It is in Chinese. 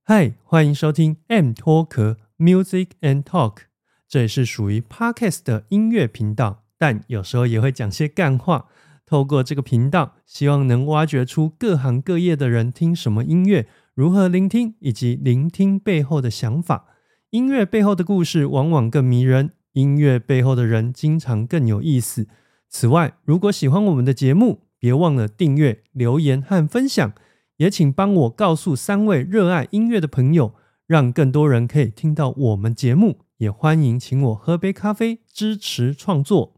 嗨，欢迎收听 M 脱壳 Music and Talk， 这也是属于 Podcast 的音乐频道，但有时候也会讲些干话。透过这个频道，希望能挖掘出各行各业的人听什么音乐，如何聆听，以及聆听背后的想法。音乐背后的故事往往更迷人，音乐背后的人经常更有意思。此外，如果喜欢我们的节目，别忘了订阅、留言和分享。也请帮我告诉3位热爱音乐的朋友，让更多人可以听到我们节目。也欢迎请我喝杯咖啡，支持创作。